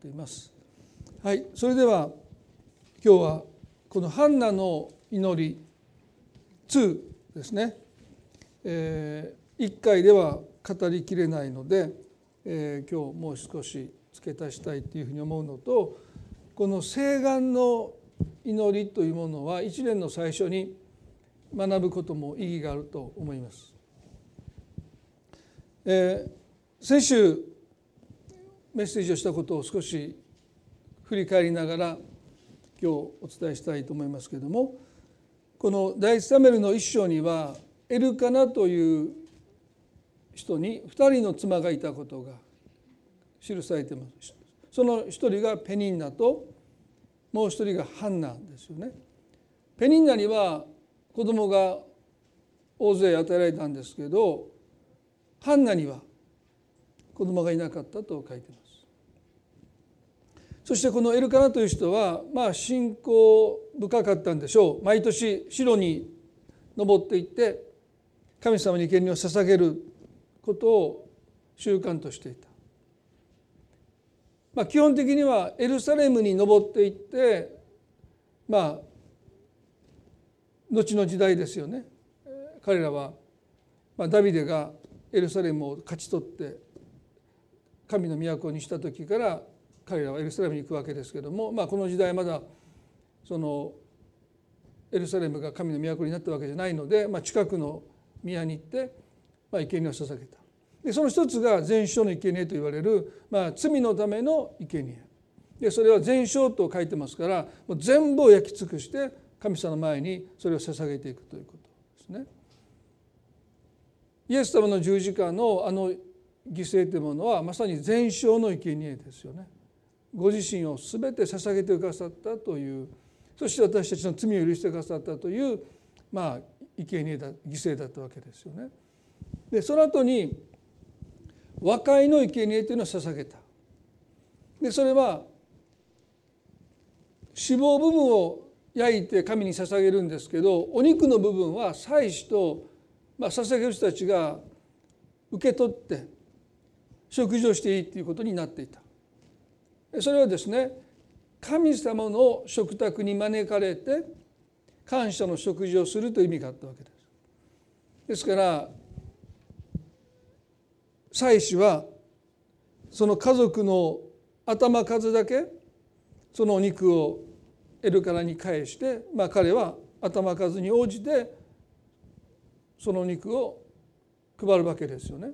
います。はい、それでは今日はこのハンナの祈り2ですね、1回では語りきれないので、今日もう少し付け足したいというふうに思うのと、この聖願の祈りというものは一年の最初に学ぶことも意義があると思います。先週メッセージをしたことを少し振り返りながら今日お伝えしたいと思いますけれども、この第一サムエルの一章にはエルカナという人に2人の妻がいたことが記されています。その一人がペニンナともう一人がハンナですよね。ペニンナには子供が大勢与えられたんですけど、ハンナには子供がいなかったと書いています。そしてこのエルカナという人は信仰深かったんでしょう。毎年城に登っていって神様に生贄を捧げることを習慣としていた。基本的にはエルサレムに登っていって後の時代ですよね。彼らはダビデがエルサレムを勝ち取って神の都にした時から彼らはエルサレムに行くわけですけども、この時代まだそのエルサレムが神の都になったわけじゃないので、近くの宮に行って生贄を捧げた。でその一つが全焼の生贄と言われる、罪のための生贄で、それは全焼と書いてますから、もう全部を焼き尽くして神様の前にそれを捧げていくということですね。イエス様の十字架の犠牲というものはまさに全焼の生贄ですよね。ご自身を全て捧げてくださったという、そして私たちの罪を許してくださったという生贄だ、犠牲だったわけですよね。でその後に和解の生贄というのを捧げた。でそれは脂肪部分を焼いて神に捧げるんですけど、お肉の部分は祭司と、捧げる人たちが受け取って食事をしていいということになっていた。それはですね、神様の食卓に招かれて感謝の食事をするという意味があったわけです。ですから祭司はその家族の頭数だけそのお肉をエルカナに返して、彼は頭数に応じてそのお肉を配るわけですよね。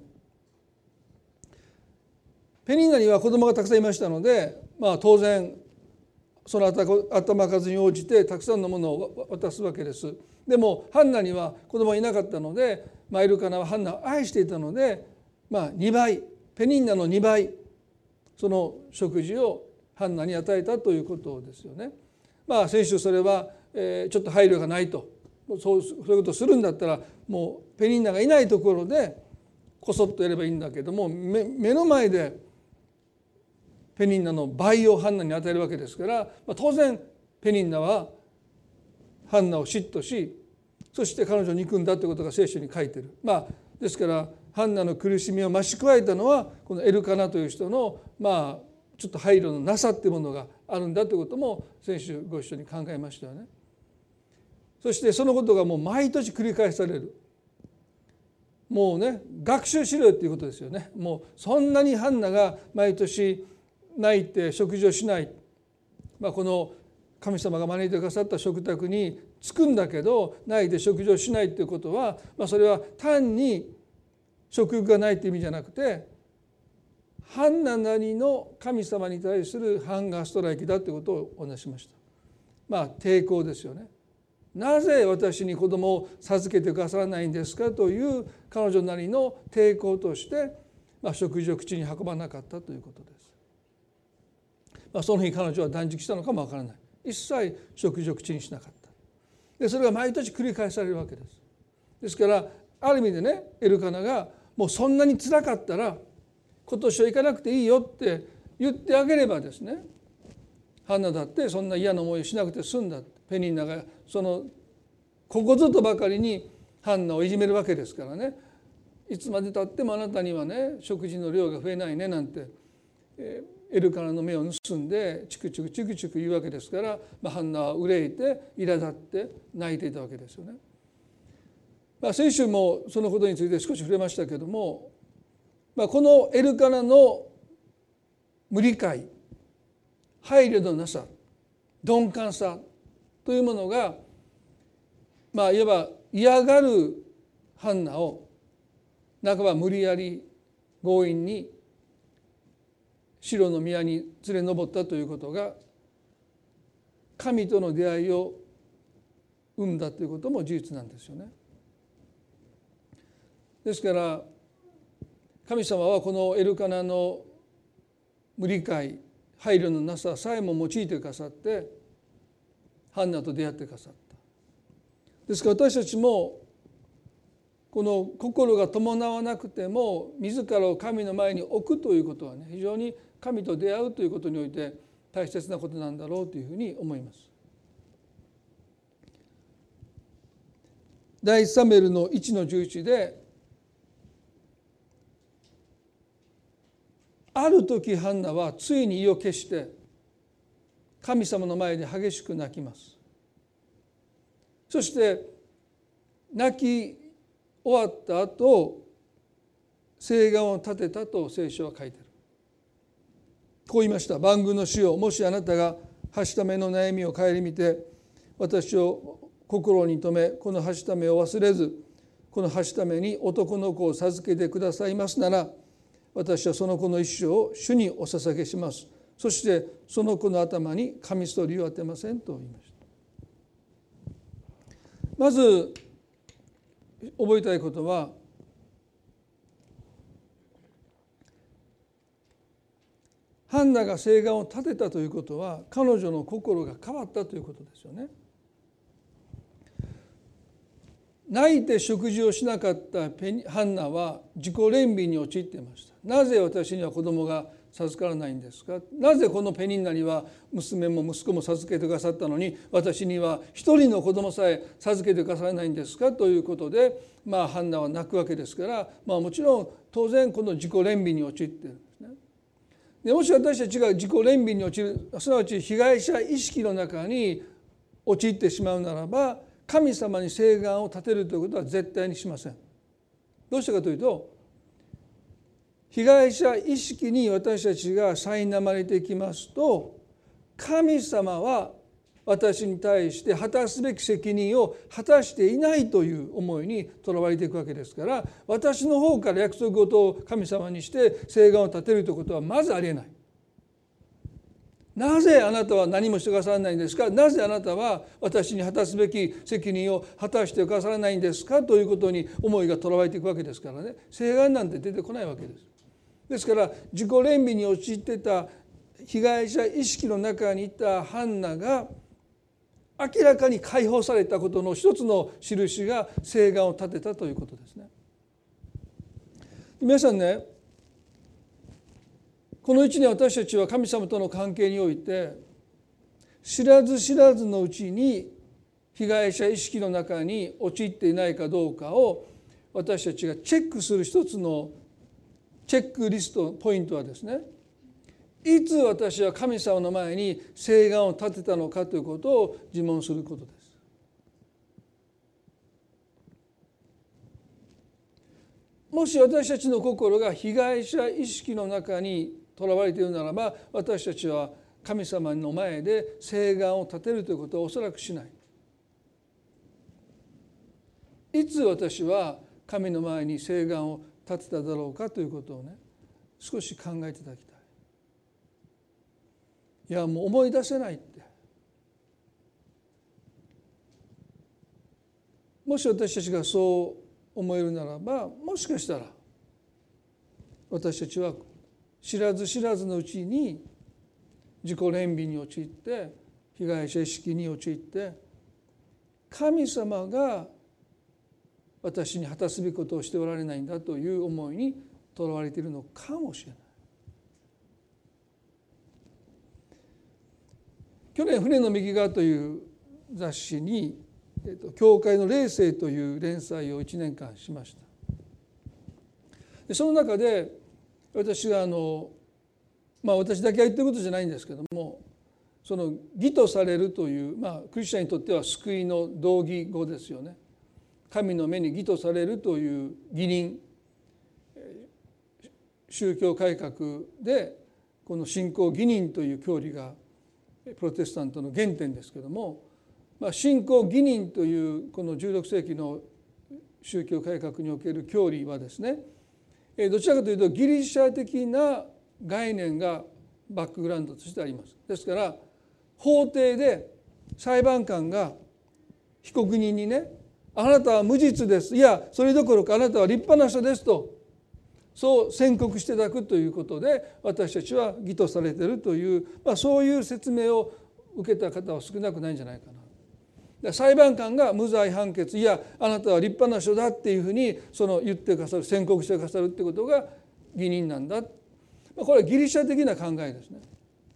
ペニンナには子供がたくさんいましたので、当然その頭数に応じてたくさんのものを渡すわけです。でもハンナには子供がいなかったので、エルカナはハンナを愛していたので、2倍、ペニンナの2倍その食事をハンナに与えたということですよね。先週それはちょっと配慮がないと、そういうことをするんだったらもうペニンナがいないところでこそっとやればいいんだけども、目の前でペニンナの倍をハンナに与えるわけですから、当然ペニンナはハンナを嫉妬し、そして彼女を憎んだということが聖書に書いている。ですからハンナの苦しみを増し加えたのはこのエルカナという人のちょっと配慮のなさっていうものがあるんだということも先週ご一緒に考えましたよね。そしてそのことがもう毎年繰り返される。もうね、学習しろよっていうことですよね。もうそんなにハンナが毎年泣いて食事をしない、この神様が招いてくださった食卓に着くんだけど泣いて食事をしないということは、それは単に食欲がないという意味じゃなくて、ハンナなりの神様に対するハンガーストライキだということをお話しました。抵抗ですよね。なぜ私に子供を授けてくださらないんですかという彼女なりの抵抗として、食事を口に運ばなかったということです。その日彼女は断食したのかもわからない。一切食事を口にしなかった。でそれが毎年繰り返されるわけです。ですからある意味でね、エルカナがもうそんなに辛かったら今年は行かなくていいよって言ってあげればですね、ハンナだってそんな嫌な思いをしなくて済んだ。ペニンナがここぞとばかりにハンナをいじめるわけですからね、いつまでたってもあなたにはね食事の量が増えないねなんて、エエルカナの目を盗んでチクチクチクチク言うわけですから、ハンナは憂いて苛立って泣いていたわけですよね。先週もそのことについて少し触れましたけれども、このエルカナの無理解、配慮のなさ、鈍感さというものが、いわば嫌がるハンナを半ば無理やり強引にシロの宮に連れ上ったということが神との出会いを生んだということも事実なんですよね。ですから神様はこのエルカナの無理解、配慮のなささえも用いてくださってハンナと出会ってくださった。ですから私たちもこの心が伴わなくても自らを神の前に置くということはね、非常に神と出会うということにおいて大切なことなんだろうというふうに思います。第一サムエルの 1-11 である時ハンナはついに意を決して神様の前で激しく泣きます。そして泣き終わった後誓願を立てたと聖書は書いている。こう言いました。万軍の主よ、もしあなたがはしための悩みを顧みて私を心に留め、このはしためを忘れず、このはしために男の子を授けてくださいますなら、私はその子の一生を主にお捧げします。そしてその子の頭にカミソリを当てませんと言いました。まず覚えたいことは、ハンナが誓願を立てたということは彼女の心が変わったということですよね。泣いて食事をしなかったハンナは自己憐憫に陥っていました。なぜ私には子供が授からないんですか。なぜこのペニンナには娘も息子も授けてくださったのに私には一人の子供さえ授けてくださらないんですかということで、ハンナは泣くわけですから、もちろん当然この自己憐憫に陥っているんですね。でもし私たちが自己憐憫に陥る、すなわち被害者意識の中に陥ってしまうならば、神様に誓願を立てるということは絶対にしません。どうしてかというと、被害者意識に私たちが苛まれていきますと、神様は私に対して果たすべき責任を果たしていないという思いにとらわれていくわけですから、私の方から約束事を神様にして誓願を立てるということはまずありえない。なぜあなたは何もしてくださらないんですか。なぜあなたは私に果たすべき責任を果たしてくださらないんですかということに思いがとらわれていくわけですからね。誓願なんて出てこないわけです。ですから自己憐憫に陥っていた被害者意識の中にいたハンナが明らかに解放されたことの一つの印が誓願を立てたということですね。皆さんね、この一年私たちは神様との関係において知らず知らずのうちに被害者意識の中に陥っていないかどうかを私たちがチェックする一つのチェックリストポイントはですね、いつ私は神様の前に誓願を立てたのかということを自問することです。もし私たちの心が被害者意識の中にとらわれているならば、私たちは神様の前で誓願を立てるということはおそらくしない。いつ私は神の前に誓願を立てただろうかということをね、少し考えていただきたい。いやもう思い出せないって。もし私たちがそう思えるならば、もしかしたら私たちは知らず知らずのうちに自己憐憫に陥って被害者意識に陥って神様が私に果たすべきことをしておられないんだという思いにとらわれているのかもしれない。去年船の右側という雑誌に教会の霊性という連載を1年間しました。でその中で私が私だけが言ってることじゃないんですけども、その義とされるという、クリスチャンにとっては救いの同義語ですよね。神の目に義とされるという義人、宗教改革でこの信仰義人という教理がプロテスタントの原点ですけども、信仰義人というこの16世紀の宗教改革における教理はですね、どちらかというとギリシャ的な概念がバックグラウンドとしてあります。ですから法廷で裁判官が被告人にね、あなたは無実です、いやそれどころかあなたは立派な人ですと、そう宣告していただくということで、私たちは義とされているという、そういう説明を受けた方は少なくないんじゃないかな。裁判官が無罪判決、いやあなたは立派な人だっていうふうに言ってくださる、宣告してくださるっていうことが義人なんだ。これはギリシャ的な考えですね。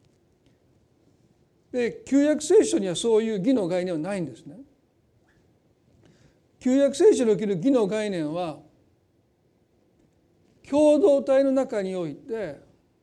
で、旧約聖書にはそういう義の概念はないんですね。旧約聖書における義の概念は共同体の中において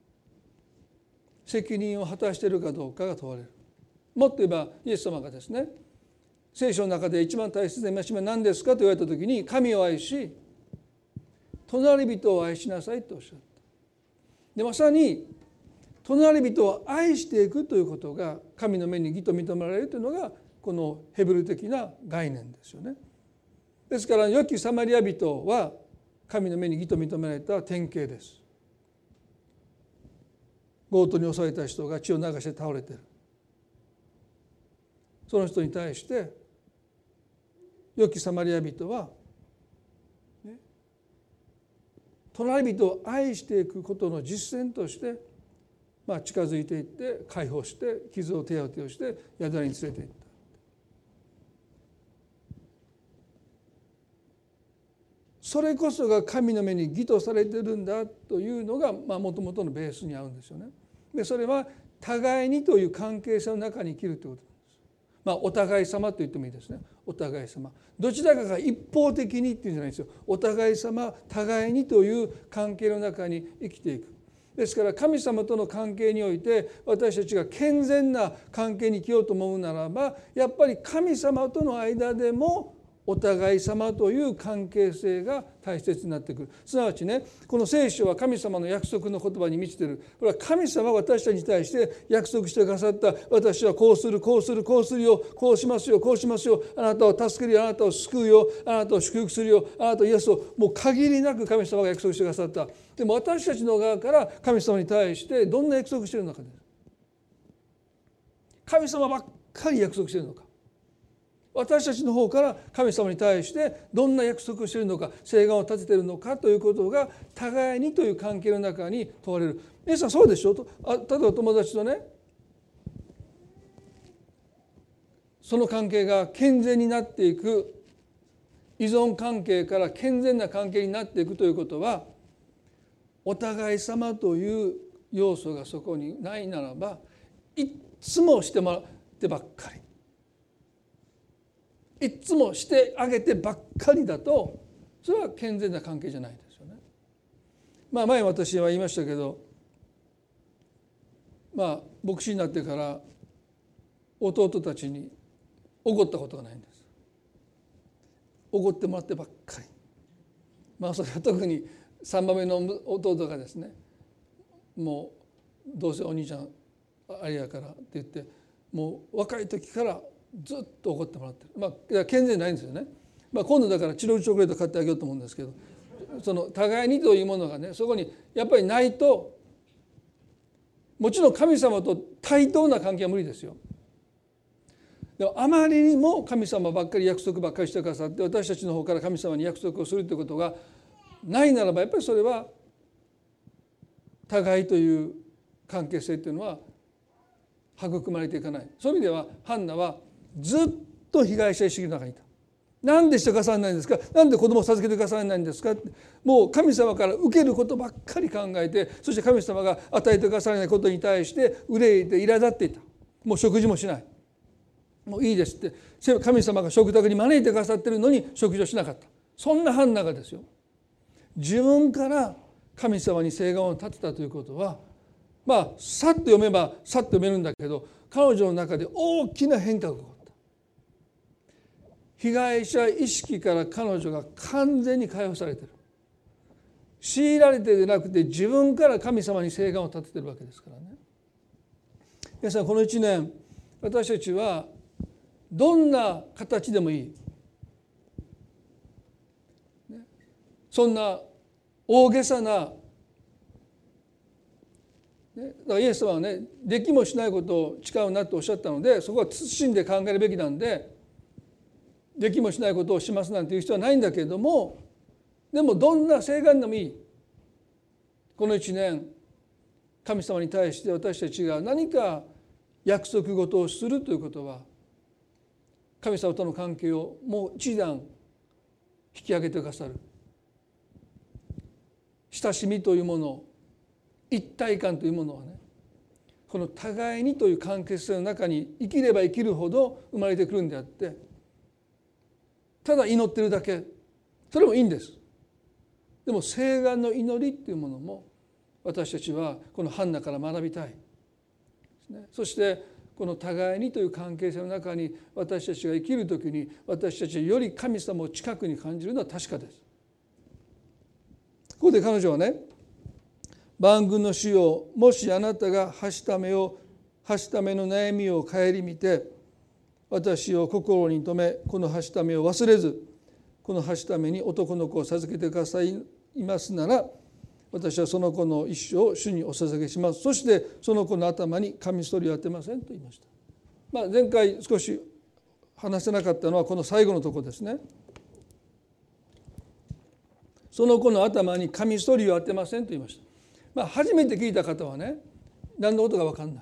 責任を果たしているかどうかが問われる。もっと言えばイエス様がですね、聖書の中で一番大切な戒めは何ですかと言われた時に、神を愛し隣人を愛しなさいとおっしゃった。でまさに隣人を愛していくということが神の目に義と認められるというのがこのヘブル的な概念ですよね。ですから良きサマリア人は神の目に義と認められた典型です。強盗に襲われた人が血を流して倒れている、その人に対して良きサマリア人は、隣人を愛していくことの実践として近づいていって解放して傷を手当てをして宿屋に連れて行った。それこそが神の目に義とされているんだというのがもともとのベースに合うんですよね。でそれは互いにという関係性の中に生きるということなんです。お互い様と言ってもいいですね。お互い様、どちらかが一方的にっていうんじゃないですよ。お互い様、互いにという関係の中に生きていく。ですから神様との関係において私たちが健全な関係に生きようと思うならば、やっぱり神様との間でもお互い様という関係性が大切になってくる。すなわちね、この聖書は神様の約束の言葉に満ちている。これは神様は私たちに対して約束してくださった。私はこうするこうするこうするよ、こうしますよこうしますよ、あなたを助けるよ、あなたを救うよ、あなたを祝福するよ、あなたをイエスを、もう限りなく神様が約束してくださった。でも私たちの側から神様に対してどんな約束しているのかです。神様ばっかり約束しているのか、私たちの方から神様に対してどんな約束をしているのか、誓願を立てているのかということが互いにという関係の中に問われる。皆さんそうでしょ。例えば友達とね、その関係が健全になっていく、依存関係から健全な関係になっていくということは、お互い様という要素がそこにないならば、いつもしてもらってばっかり、いつもしてあげてばっかりだと、それは健全な関係じゃないですよね。前私は言いましたけど、牧師になってから弟たちにおごったことがないんです。おごってもらってばっかり。それは特に3番目の弟がですね、もうどうせお兄ちゃんあれやからって言って、もう若い時からずっと怒ってもらってる。健全ないんですよね。今度だからチロルチョコレート買ってあげようと思うんですけど、その互いにというものがね、そこにやっぱりないと、もちろん神様と対等な関係は無理ですよ。でもあまりにも神様ばっかり約束ばっかりしてくださって、私たちの方から神様に約束をするということがないならば、やっぱりそれは互いという関係性というのは育まれていかない。そういう意味ではハンナはずっと被害者意識の中にいた。なんでしてくださらないんですか、なんで子供を授けてくださらないんですかって、もう神様から受けることばっかり考えて、そして神様が与えてくださらないことに対して憂いて苛立っていた。もう食事もしない、もういいですって、神様が食卓に招いてくださっているのに食事をしなかった。そんなハンナがですよ、自分から神様に誓願を立てたということは、 さっと読めばさっと読めるんだけど、彼女の中で大きな変化が起こった。被害者意識から彼女が完全に解放されている。強いられてでなくて自分から神様に誓願を立てているわけですからね。皆さん、この1年私たちはどんな形でもいい、そんな大げさな、だからイエス様はね、できもしないことを誓うなとおっしゃったので、そこは慎んで考えるべきなんで、できもしないことをしますなんていう必要はないんだけれども、でもどんな誓願でもいい。この1年神様に対して私たちが何か約束事をするということは、神様との関係をもう一段引き上げてくださる。親しみというもの、一体感というものはね、この互いにという関係性の中に生きれば生きるほど生まれてくるんであって、ただ祈ってるだけ、それもいいんです。でも誓願の祈りっていうものも私たちはこのハンナから学びたい。そしてこの互いにという関係性の中に私たちが生きるときに、私たちはより神様を近くに感じるのは確かです。ここで彼女はね、万軍の主よ、もしあなたがはしための悩みを顧みて私を心に留め、このはしためを忘れず、このはしために男の子を授けてくださいますなら、私はその子の一生を主にお捧げします。そしてその子の頭にカミソリを当てませんと言いました。前回少し話せなかったのはこの最後のところですね。その子の頭にカミソリを当てませんと言いました。初めて聞いた方はね、何のことか分かんない。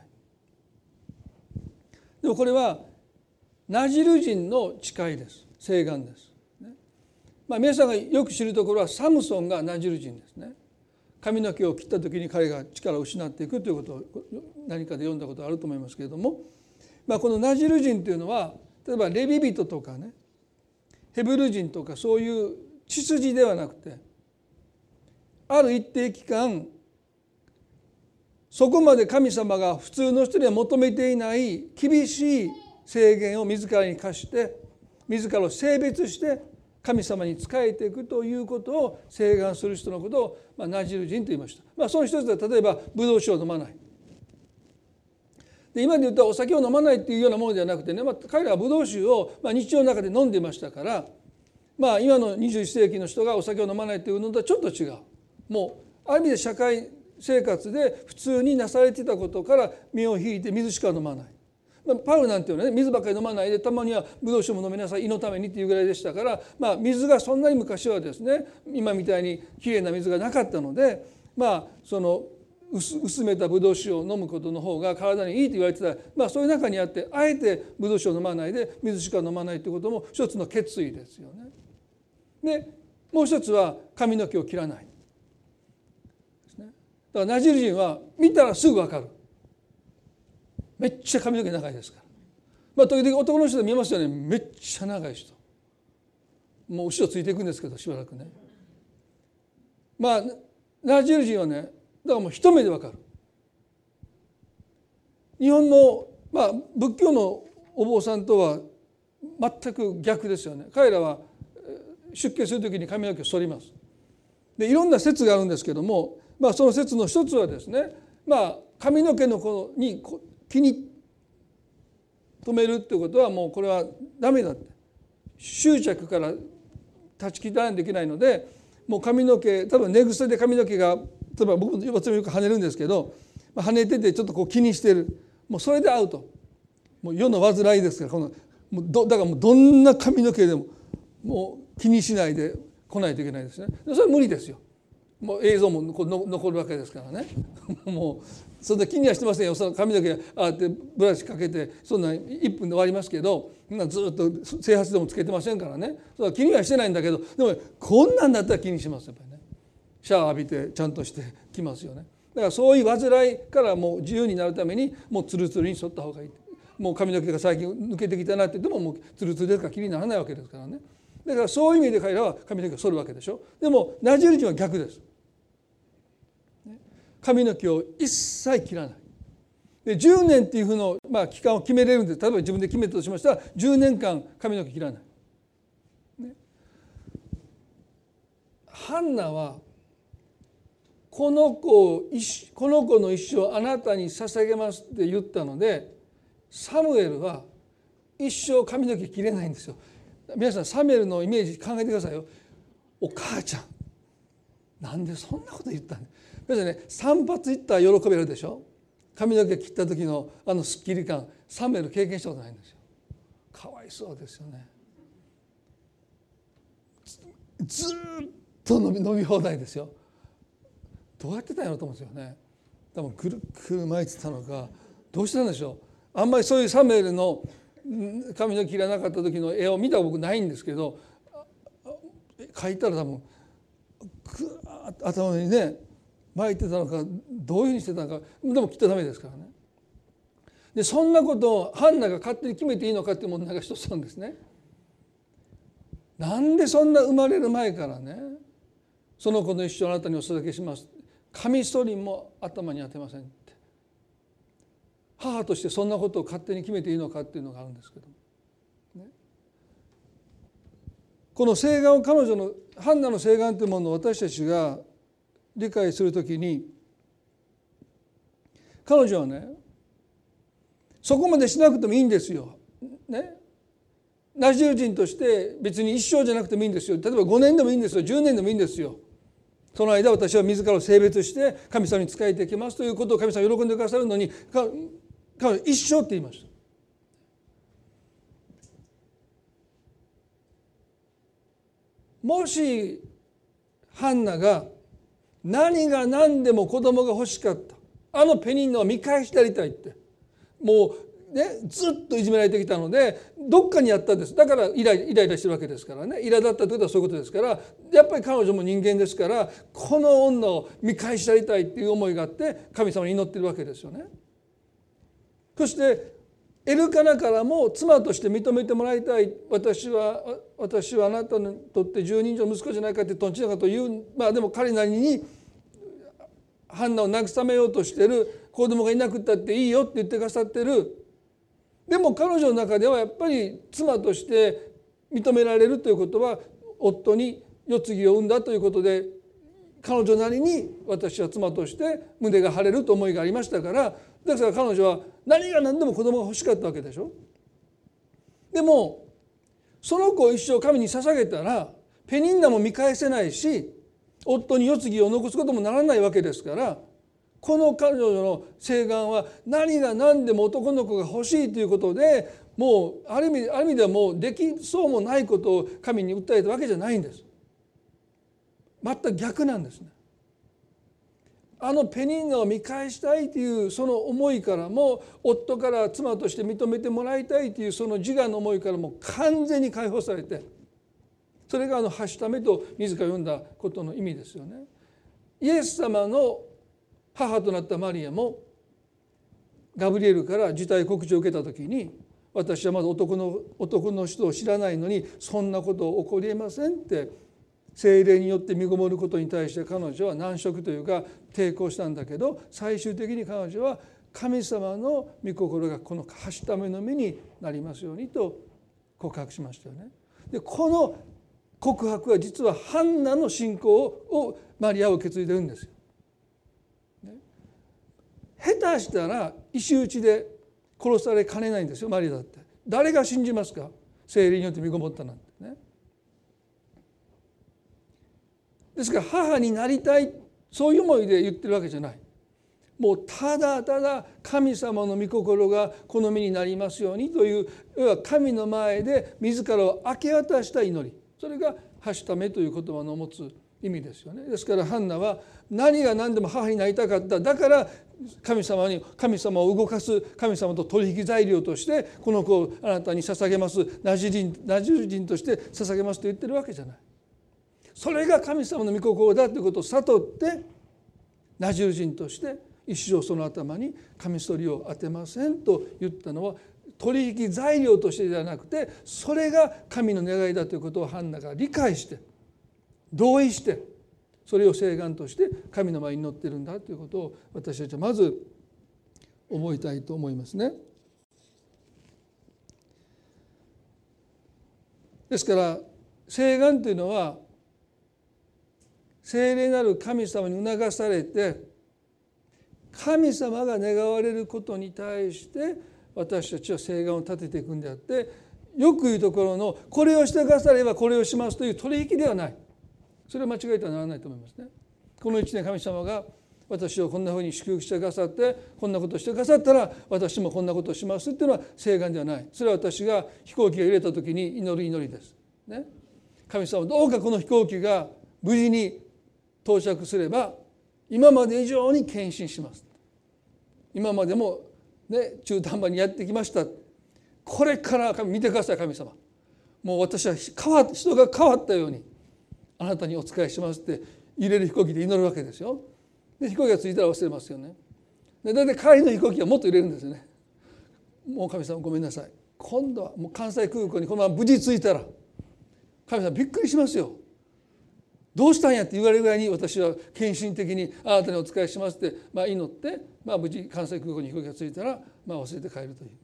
でもこれはナジル人の誓いです。誓願です。皆さんがよく知るところはサムソンがナジル人ですね。髪の毛を切った時に彼が力を失っていくということを何かで読んだことがあると思いますけれども、このナジル人というのは例えばレビ人とかね、ヘブル人とかそういう血筋ではなくて、ある一定期間そこまで神様が普通の人には求めていない厳しい制限を自らに課して、自らを性別して神様に仕えていくということを誓願する人のことをナジル人と言いました。その一つで例えばブドウ酒を飲まない。で今で言うとお酒を飲まないっていうようなものではなくてね、彼らはブドウ酒を日常の中で飲んでいましたから、今の21世紀の人がお酒を飲まないというのとはちょっと違う。もうある意味で社会生活で普通になされていたことから身を引いて水しか飲まない。パウルなんていうのはね、水ばっかり飲まないで、たまにはブドウ酒も飲みなさい、胃のためにっていうぐらいでしたから、水がそんなに昔はですね、今みたいにきれいな水がなかったので、その薄めたブドウ酒を飲むことの方が体にいいと言われてた、そういう中にあって、あえてブドウ酒を飲まないで水しか飲まないということも一つの決意ですよね。でもう一つは髪の毛を切らないですね。だからナジル人は見たらすぐ分かる。めっちゃ髪の毛長いですから。時々男の人で見えますよね。めっちゃ長い人。もう後ろついていくんですけど、しばらくね。ナジル人はね、だからもう一目でわかる。日本の、仏教のお坊さんとは全く逆ですよね。彼らは出家するときに髪の毛を剃ります。でいろんな説があるんですけども、その説の一つはですね、髪の毛の子に気に留めるってことはもうこれはダメだって、執着から断ち切らないといけないので、もう髪の毛、多分寝癖で髪の毛が例えば僕よく跳ねるんですけど、跳ねててちょっと気にしてる、もうそれでアウト。もう世の煩いですから、だからもうどんな髪の毛でももう気にしないで来ないといけないですね。それは無理ですよ。もう映像も残るわけですからね。もうそんな気にはしてませんよ。その髪の毛あってブラシかけてそんな1分で終わりますけど、ずっと整髪でもつけてませんからね。それは気にはしてないんだけど、でもこんなんだったら気にしますやっぱりね。シャワー浴びてちゃんとしてきますよね。だからそういう煩いからもう自由になるためにもうツルツルに剃った方がいい。もう髪の毛が最近抜けてきたなって言ってももうツルツルですから気にならないわけですからね。だからそういう意味で彼らは髪の毛を剃るわけでしょ。でもナジル人は逆です。 髪の毛を一切切らない。で10年っていうふうの、期間を決めれるんで、例えば自分で決めたとしましたら10年間髪の毛切らない、ね、ハンナはこの子の一生あなたに捧げますって言ったので、サムエルは一生髪の毛切れないんですよ。皆さんサムエルのイメージ考えてくださいよ。お母ちゃんなんでそんなこと言ったの。皆さんね、散髪行ったら喜べるでしょ。髪の毛切った時のスッキリ感、サムエル経験したことないんですよ。かわいそうですよね。ずっと伸び放題ですよ。どうやってたんやろうと思うんですよね。多分くるくる巻いてたのかどうしたんでしょう。あんまりそういうサムエルの髪の毛切らなかった時の絵を見た僕ないんですけど、描いたら多分頭にね巻いてたのかどういうふうにしてたのか。でも切ったらダメですからね。でそんなことをハンナが勝手に決めていいのかっていう問題が一つなんですね。なんでそんな生まれる前からね、その子の一生あなたにお捧げします、カミソリも頭に当てませんって、母としてそんなことを勝手に決めていいのかっていうのがあるんですけど、ね、この誓願を彼女のハンナの誓願というものを私たちが理解するときに、彼女はねそこまでしなくてもいいんですよ、ね、ナジル人として別に一生じゃなくてもいいんですよ。例えば5年でもいいんですよ、10年でもいいんですよ。その間私は自らを性別して神様に仕えていきますということを神様が喜んでくださるのに、彼女一生って言いました。もしハンナが何が何でも子供が欲しかった、ペニンナを見返してやりたいって、もうねずっといじめられてきたのでどっかにやったんです。だからイライラしてるわけですからね。イラだったということはそういうことですから、やっぱり彼女も人間ですから、この女を見返してやりたいっていう思いがあって神様に祈ってるわけですよね。そしてエルカナからも妻として認めてもらいたい、私はあなたにとって10人以上の息子じゃないかってとんちなことを言う。でも彼なりにハンナを慰めようとしてる。子供がいなくったっていいよって言ってくださってる。でも彼女の中ではやっぱり妻として認められるということは夫に世継ぎを産んだということで、彼女なりに私は妻として胸が張れると思いがありましたから、だから彼女は何が何でも子供が欲しかったわけでしょ。でもその子を一生神に捧げたらペニンナも見返せないし、夫に世継ぎを残すこともならないわけですから、この彼女の誓願は何が何でも男の子が欲しいということで、もうある意味ではもうできそうもないことを神に訴えたわけじゃないんです。全く逆なんですね。ペニンナを見返したいというその思いからも、夫から妻として認めてもらいたいというその自我の思いからも完全に解放されて、それがはしためと自ら読んだことの意味ですよね。イエス様の母となったマリアもガブリエルから受胎告知を受けた時に、私はまだ男の人を知らないのにそんなこと起こりえませんって聖霊によって身ごもることに対して彼女は難色というか抵抗したんだけど、最終的に彼女は神様の御心がこのはしための目になりますようにと告白しましたよね。でこの告白は実はハンナの信仰をマリアを受け継いでるんですよ。下手したら石打ちで殺されかねないんですよ、マリアだって。誰が信じますか、聖霊によって身ごもったなんてね。ですから母になりたい、そういう思いで言ってるわけじゃない。もうただただ神様の御心がこの身になりますようにという、要は神の前で自らを明け渡した祈り、それがはしためという言葉の持つ意味ですよね。ですからハンナは何が何でも母になりたかった。だから神様を動かす神様と取引材料としてこの子をあなたに捧げます、ナジル人として捧げますと言ってるわけじゃない。それが神様の御心だということを悟ってナジル人として一生その頭にカミソリを当てませんと言ったのは、取引材料としてではなくて、それが神の願いだということをハンナが理解して同意して、 それを請願として神の前に祈っているんだということを私たちはまず覚えたいと思いますね。ですから請願というのは聖霊なる神様に促されて神様が願われることに対して私たちは請願を立てていくんであって、よく言うところのこれをしてくださればこれをしますという取引ではない。それは間違えてはならないと思いますね。この1年神様が私をこんなふうに祝福してくださってこんなことをしてくださったら私もこんなことをしますっていうのは請願ではない。それは私が飛行機が揺れた時に祈る祈りです、ね、神様どうかこの飛行機が無事に到着すれば今まで以上に献身します。今までも、ね、中途半端にやってきました。これから見てください神様。もう私は人が変わったようにあなたにお仕えしますって揺れる飛行機で祈るわけですよ。で飛行機が着いたら忘れますよね。でだいたい帰りの飛行機はもっと揺れるんですよね。もう神様ごめんなさい。今度はもう関西空港にこのまま無事着いたら神様びっくりしますよ。どうしたんやって言われるぐらいに私は献身的にあなたにお仕えしますって、祈って、無事関西空港に飛行機が着いたら、忘れて帰るという。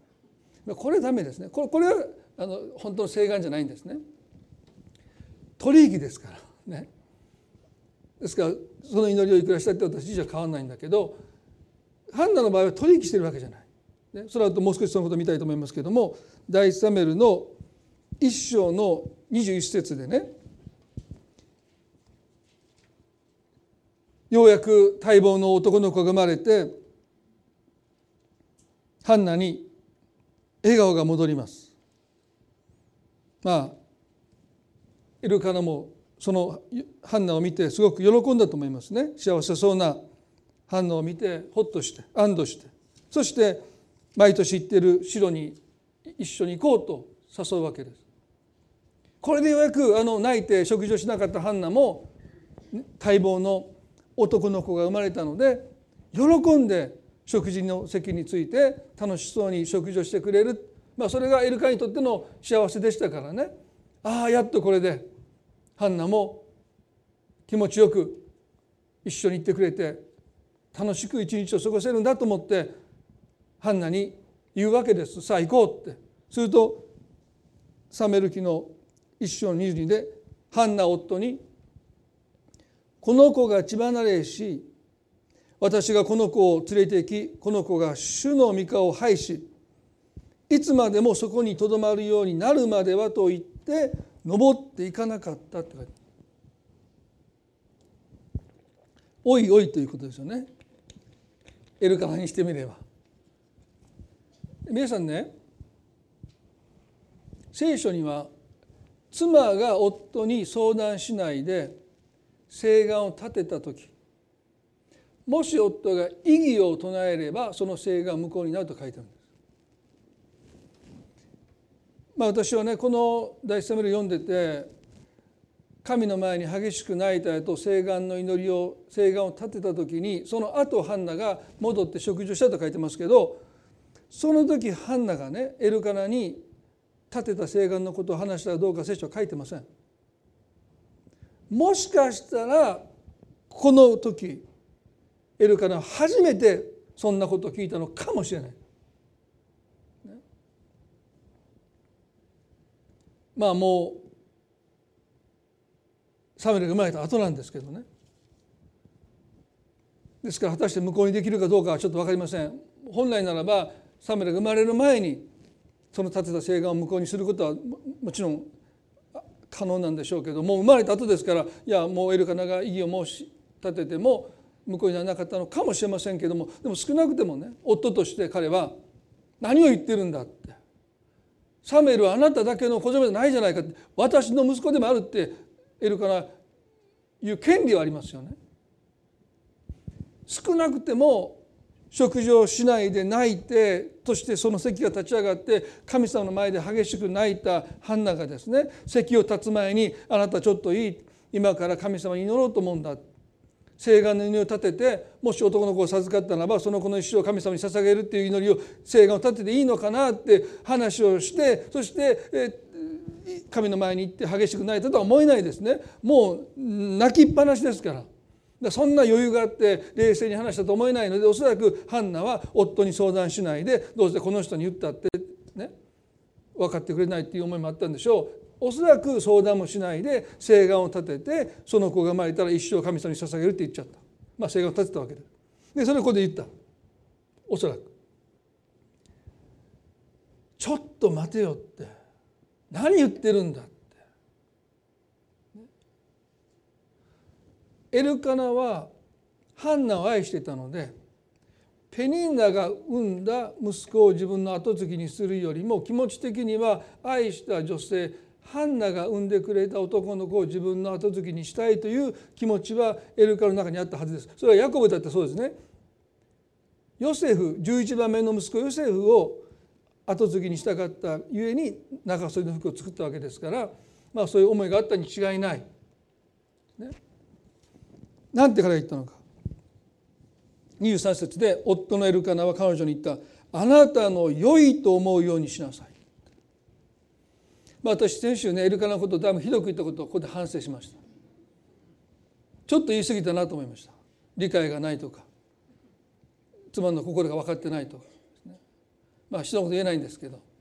これはダメですね。これは本当の請願じゃないんですね。取引ですからね。ですからその祈りをいくらしたって私じゃ変わらないんだけど、ハンナの場合は取引してるわけじゃない。その後もう少しそのことを見たいと思いますけれども、第一サムエルの1章の21節でね、ようやく待望の男の子が生まれてハンナに笑顔が戻ります。エルカナもそのハンナを見てすごく喜んだと思いますね。幸せそうなハンナを見てほっとして安堵して、そして毎年行っている城に一緒に行こうと誘うわけです。これでようやく泣いて食事をしなかったハンナも待望の男の子が生まれたので喜んで食事の席について楽しそうに食事をしてくれる、それがエルカナにとっての幸せでしたからね。やっとこれでハンナも気持ちよく一緒に行ってくれて楽しく一日を過ごせるんだと思ってハンナに言うわけです。さあ行こうって。するとサムエル記の1章の22でハンナ夫にこの子が血離れし私がこの子を連れて行きこの子が主の御顔を拝しいつまでもそこにとどまるようになるまではと言って登っていかなかったって書いてある。おいおいということですよね。エルカナにしてみれば。皆さんね、聖書には妻が夫に相談しないで請願を立てたとき、もし夫が異議を唱えればその請願は無効になると書いてあるんです。私はねこの第一サムエル読んでて神の前に激しく泣いた後請願の祈りを請願を立てた時にその後ハンナが戻って食事をしたと書いてますけど、その時ハンナがねエルカナに立てた請願のことを話したらどうか聖書は書いてません。もしかしたらこの時エルカナは初めてそんなことを聞いたのかもしれない。もうサムエルが生まれた後なんですけどね。ですから果たして無効にできるかどうかはちょっと分かりません。本来ならばサムエルが生まれる前にその立てた請願を無効にすることはもちろん可能なんでしょうけども、生まれた後ですからもうエルカナが異議を申し立てても無効にならなかったのかもしれませんけども、でも少なくてもね夫として彼は何を言ってるんだって、サムエルはあなただけの子供じゃないじゃないかって、私の息子でもあるってエルカナ言う権利はありますよね。少なくても食事をしないで泣いて、そしてその席が立ち上がって神様の前で激しく泣いたハンナがですね、席を立つ前にあなたちょっといい、今から神様に祈ろうと思うんだ、請願の祈りを立てて、もし男の子を授かったならばその子の一生を神様に捧げるっていう祈りを請願を立てていいのかなって話をして、そして神の前に行って激しく泣いたとは思えないですね。もう泣きっぱなしですから。そんな余裕があって冷静に話したと思えないので、おそらくハンナは夫に相談しないで、どうせこの人に言ったってね分かってくれないっていう思いもあったんでしょう。おそらく相談もしないで誓願を立てて、その子が生まれたら一生神様に捧げるって言っちゃった。誓願を立てたわけです。でそれをここで言った。おそらくちょっと待てよって、何言ってるんだって。エルカナはハンナを愛していたので、ペニンナが産んだ息子を自分の跡継ぎにするよりも、気持ち的には愛した女性ハンナが産んでくれた男の子を自分の跡継ぎにしたいという気持ちはエルカナの中にあったはずです。それはヤコブだってそうですね。ヨセフ、11番目の息子ヨセフを跡継ぎにしたかったゆえに長袖の服を作ったわけですから、そういう思いがあったに違いない、ね、なんてから言ったのか。23節で夫のエルカナは彼女に言った。あなたの良いと思うようにしなさい。私先週ね、エルカナのことをだいぶひどく言ったことをここで反省しました。ちょっと言い過ぎたなと思いました。理解がないとか、妻の心が分かってないとかですね。人のこと言えないんですけど、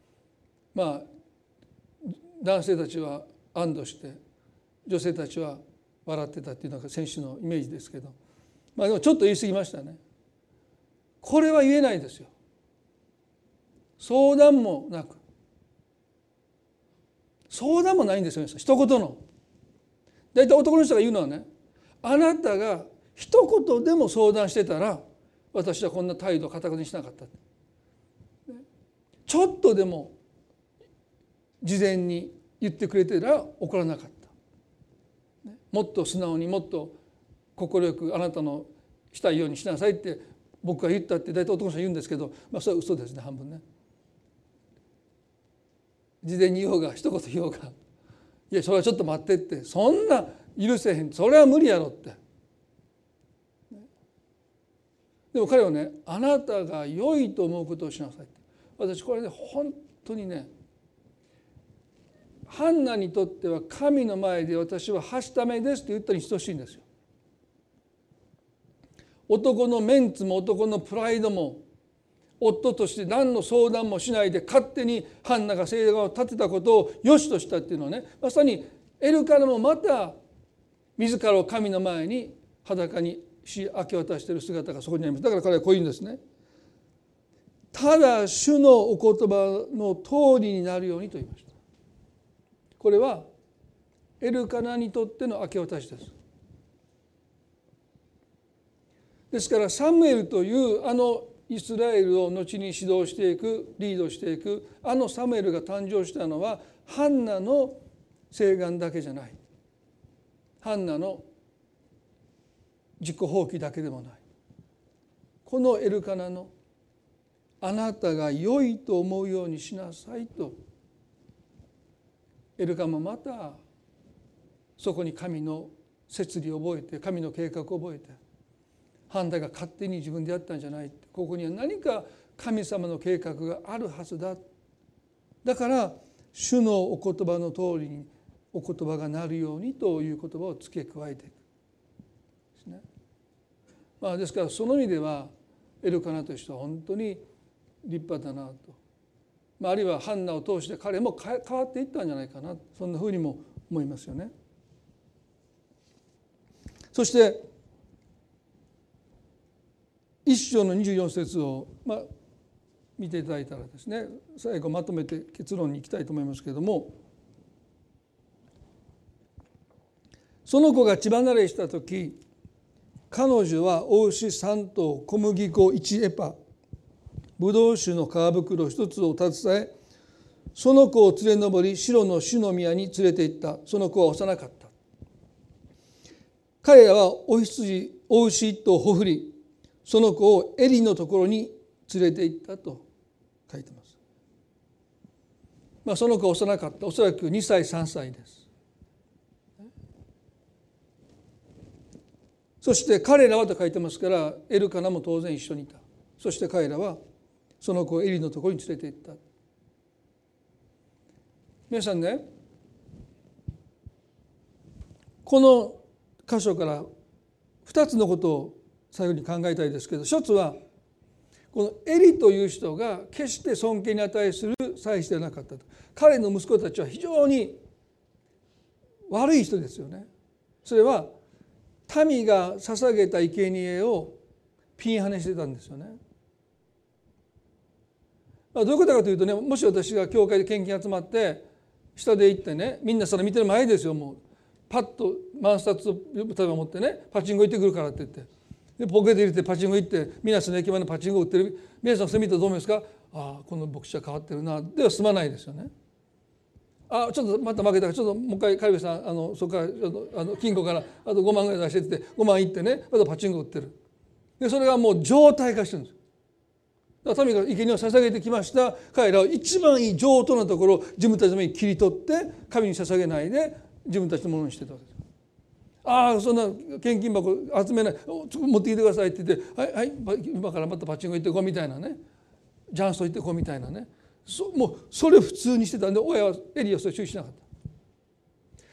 男性たちは安堵して女性たちは笑ってたっていうのが先週のイメージですけど、でもちょっと言い過ぎましたね。これは言えないですよ。相談もなく、相談もないんですよ。一言の大体男の人が言うのはね、あなたが一言でも相談してたら私はこんな態度を固くにしなかった。ちょっとでも事前に言ってくれてたら怒らなかった。もっと素直に、もっと快くあなたのしたいようにしなさいって僕が言ったって大体男の人は言うんですけど、それは嘘ですね、半分ね。事前に言おうが一言言おうが、いやそれはちょっと待ってって、そんな許せへん、それは無理やろって。でも彼はね、あなたが良いと思うことをしなさいって。私これね、本当にね、ハンナにとっては神の前で私ははしためですと言ったに等しいんですよ。男のメンツも男のプライドも夫として何の相談もしないで勝手にハンナが誓願を立てたことを良しとしたっていうのはね、まさにエルカナもまた自らを神の前に裸にし明け渡している姿がそこにあります。だから彼はこう言うんですね。ただ主のお言葉の通りになるようにと言いました。これはエルカナにとっての明け渡しです。ですからサムエルというイスラエルを後に指導していく、リードしていくサムエルが誕生したのはハンナの誓願だけじゃない。ハンナの自己放棄だけでもない。このエルカナのあなたが良いと思うようにしなさいと、エルカナもまたそこに神の摂理を覚えて、神の計画を覚えて、ハンナが勝手に自分でやったんじゃない。ここには何か神様の計画があるはずだ。だから主のお言葉の通りにお言葉がなるようにという言葉を付け加えていくですね。ですからその意味ではエルカナという人は本当に立派だなと、あるいはハンナを通して彼も変わっていったんじゃないかな、そんなふうにも思いますよね。そして一章の24節を見ていただいたらですね、最後まとめて結論に行きたいと思いますけれども、その子が血離れした時、彼女はお牛3頭、小麦粉1エパ、ブドウ酒の皮袋1つを携え、その子を連れ上り、シロの主の宮に連れて行った。その子は幼かった。彼らはお牛1頭をほふり、その子をエリのところに連れて行ったと書いてます。その子は幼かった。おそらく2歳3歳です。そして彼らはと書いてますから、エルカナも当然一緒にいた。そして彼らはその子をエリのところに連れて行った。皆さんね、 この箇所から2つのことを最後に考えたいですけど、一つはこのエリという人が決して尊敬に値する祭司ではなかったと。彼の息子たちは非常に悪い人ですよね。それは民が捧げた生贄をピンハネしてたんですよね。どういうことかというとね、もし私が教会で献金集まって下で行ってね、みんなそれ見てる前ですよ、もうパッと万札を例えば持ってね、パチンコ行ってくるからって言って、でポケット入れてパチンコ行って、皆さんの駅前のパチンコ売ってる、皆さんそれ見たらどう思いますか。ああ、この牧師は変わってるなでは済まないですよね。あ、ちょっとまた負けたからちょっともう一回苅部さんそこからちょっと金庫からあと5万ぐらい出してって5万いってね、またパチンコ売ってる。でそれがもう常態化してるんですよ。だから民が生贄を捧げてきました。彼らは一番いい上等なところを自分たちの目に切り取って神に捧げないで自分たちのものにしてたわけです。ああ、そんな献金箱集めない、持ってきてくださいって言って、はい、はい、今からまたパチンコ行ってこうみたいなね、ジャンスト行ってこうみたいなね、もうそれを普通にしてたんで、親はエリアをそれ注意しなかった。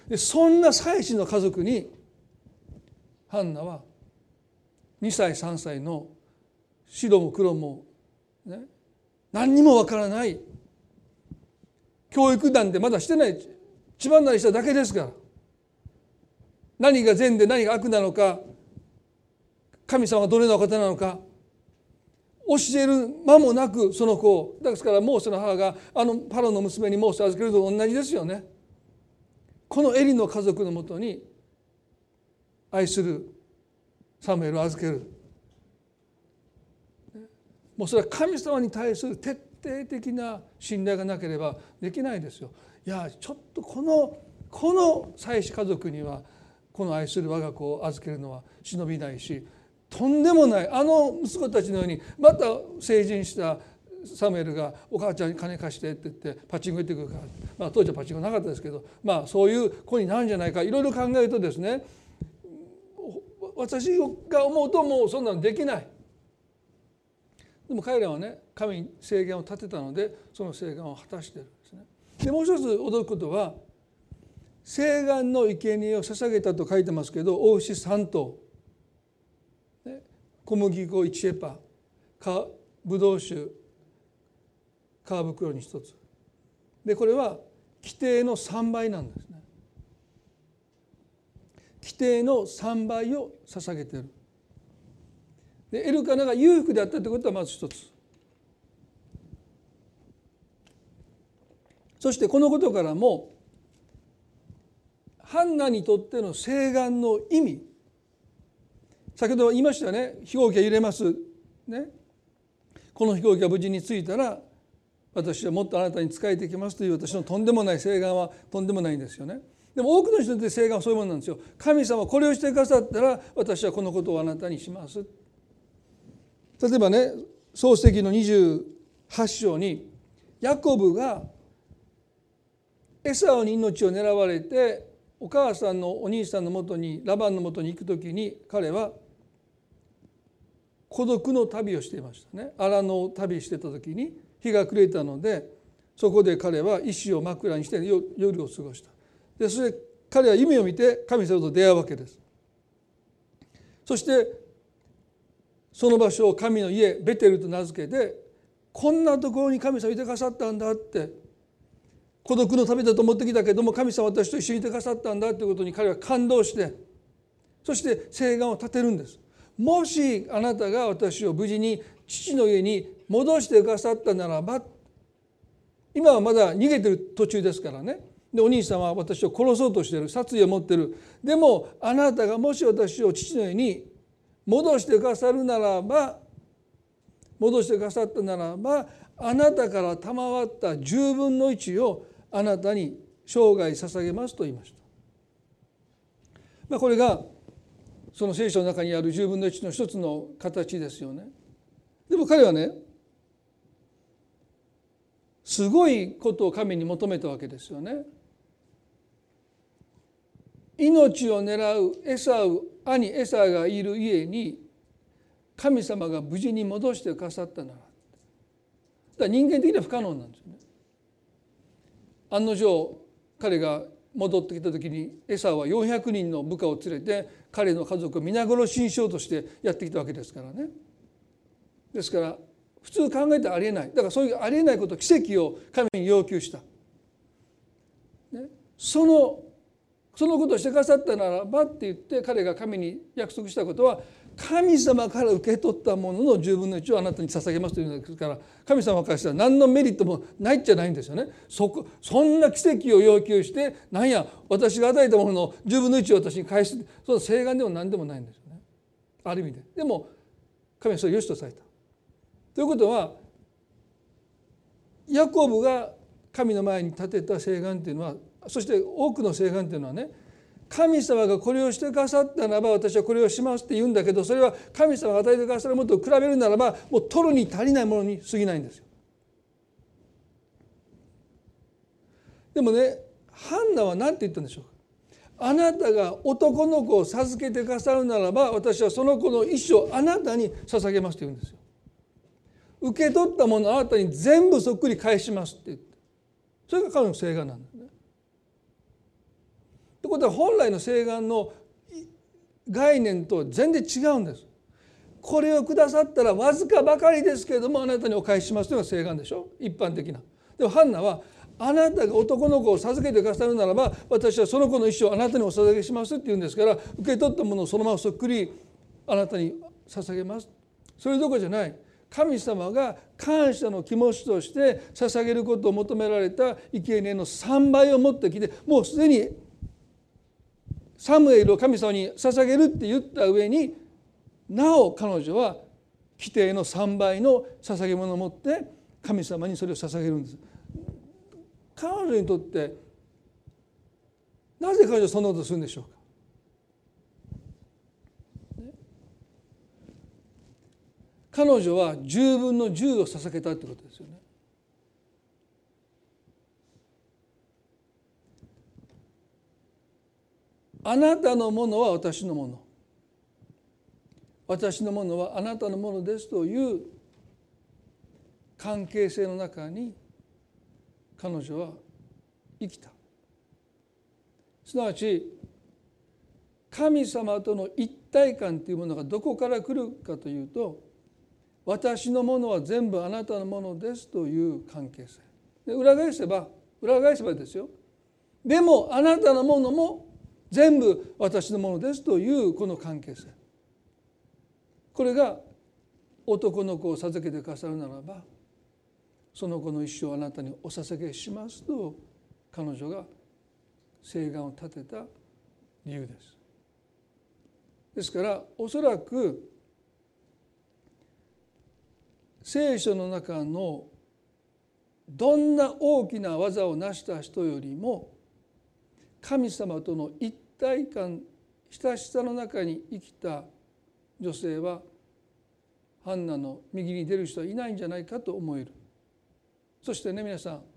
でそんな祭司の家族にハンナは2歳3歳の白も黒もね、何にもわからない教育団でまだしてない血離れしただけですから、何が善で何が悪なのか、神様がどのような方なのか教える間もなくその子を、ですからモーセの母がパロの娘にモーセを預けると同じですよね。このエリの家族のもとに愛するサムエルを預ける。もうそれは神様に対する徹底的な信頼がなければできないですよ。いやちょっとこの祭司家族にはこの愛する我が子を預けるのは忍びないし、とんでもない息子たちのようにまた成人したサムエルがお母ちゃんに金貸してって言ってパチンコ行ってくるから、当時はパチンコなかったですけど、そういう子になるんじゃないか、いろいろ考えるとですね、私が思うともうそんなのできない。でも彼らはね、神に制限を立てたのでその制限を果たしているんですね。でもう一つ驚くことは、聖願の生贄を捧げたと書いてますけど、お牛3頭、小麦粉1エパ、ブドウ酒皮袋に1つで、これは規定の3倍なんですね。規定の3倍を捧げている。でエルカナが裕福であったということはまず一つ。そしてこのことからもハンナにとっての聖願の意味、先ほど言いましたね、飛行機が揺れます、ね、この飛行機が無事に着いたら私はもっとあなたに仕えていきますという私のとんでもない聖願はとんでもないんですよね。でも多くの人にとって聖願はそういうものなんですよ。神様はこれをしてくださったら私はこのことをあなたにします。例えばね、創世記の28章にヤコブがエサウに命を狙われてお母さんのお兄さんのもとにラバンのもとに行くときに、彼は孤独の旅をしていましたね。荒野を旅してたときに日が暮れたので、そこで彼は石を枕にして夜を過ごした。でそして彼は夢を見て神様と出会うわけです。そしてその場所を神の家ベテルと名付けて、こんなところに神様いてくださったんだって、孤独の旅だと思ってきたけども神様は私と一緒にいてくださったんだということに彼は感動して、そして聖願を立てるんです。もしあなたが私を無事に父の家に戻してくださったならば、今はまだ逃げてる途中ですからね。でお兄さんは私を殺そうとしている、殺意を持っている。でもあなたがもし私を父の家に戻してくださるならば、戻してくださったならば、あなたから賜った10分の1をあなたに生涯捧げますと言いました。これがその聖書の中にある10分の1の一つの形ですよね。でも彼はね、すごいことを神に求めたわけですよね。命を狙う兄エサウがいる家に神様が無事に戻してくださったなら、だから人間的には不可能なんですよね。案の定彼が戻ってきた時にエサウは400人の部下を連れて彼の家族を皆殺しにしようとしてやってきたわけですからね。ですから普通考えたらありえない。だからそういうありえないこと、奇跡を神に要求した、ね、そのことをしてくださったならばって言って彼が神に約束したことは、神様から受け取ったものの10分の1をあなたに捧げますというのですから、神様からしたら何のメリットもないじゃないんですよね。そんな奇跡を要求して何や私が与えたものの10分の1を私に返す、その請願でも何でもないんですよね、ある意味で。でも神はそれを良しとされたということは、ヤコブが神の前に立てた請願というのは、そして多くの請願というのはね、神様がこれをしてくださったならば私はこれをしますって言うんだけど、それは神様が与えてくださるものと比べるならばもう取るに足りないものに過ぎないんですよ。でもね、ハンナは何て言ったんでしょうか。あなたが男の子を授けてくださるならば私はその子の一生をあなたに捧げますと言うんですよ。受け取ったものをあなたに全部そっくり返しますって言って、それが彼の請願なんですね。ということは本来の請願の概念と全然違うんです。これをくださったらわずかばかりですけれどもあなたにお返ししますというのが請願でしょ、一般的な。でもハンナはあなたが男の子を授けてくださるならば私はその子の一生をあなたにお捧げしますって言うんですから、受け取ったものをそのままそっくりあなたに捧げます。それどころじゃない、神様が感謝の気持ちとして捧げることを求められた生贄の3倍を持ってきて、もうすでにサムエルを神様に捧げるって言った上に、なお彼女は規定の3倍の捧げ物を持って神様にそれを捧げるんです。彼女にとってなぜ彼女はそんなことをするんでしょうか。彼女は10分の10を捧げたということですよね。あなたのものは私のもの、私のものはあなたのものですという関係性の中に彼女は生きた。すなわち神様との一体感というものがどこから来るかというと、私のものは全部あなたのものですという関係性で、裏返せばですよ、でもあなたのものも全部私のものですというこの関係性、これが男の子を授けてくださるならばその子の一生をあなたにお捧げしますと彼女が請願を立てた理由です。ですからおそらく聖書の中のどんな大きな技を成した人よりも神様との一体感、親しさの中に生きた女性はハンナの右に出る人はいないんじゃないかと思える。そしてね、皆さん、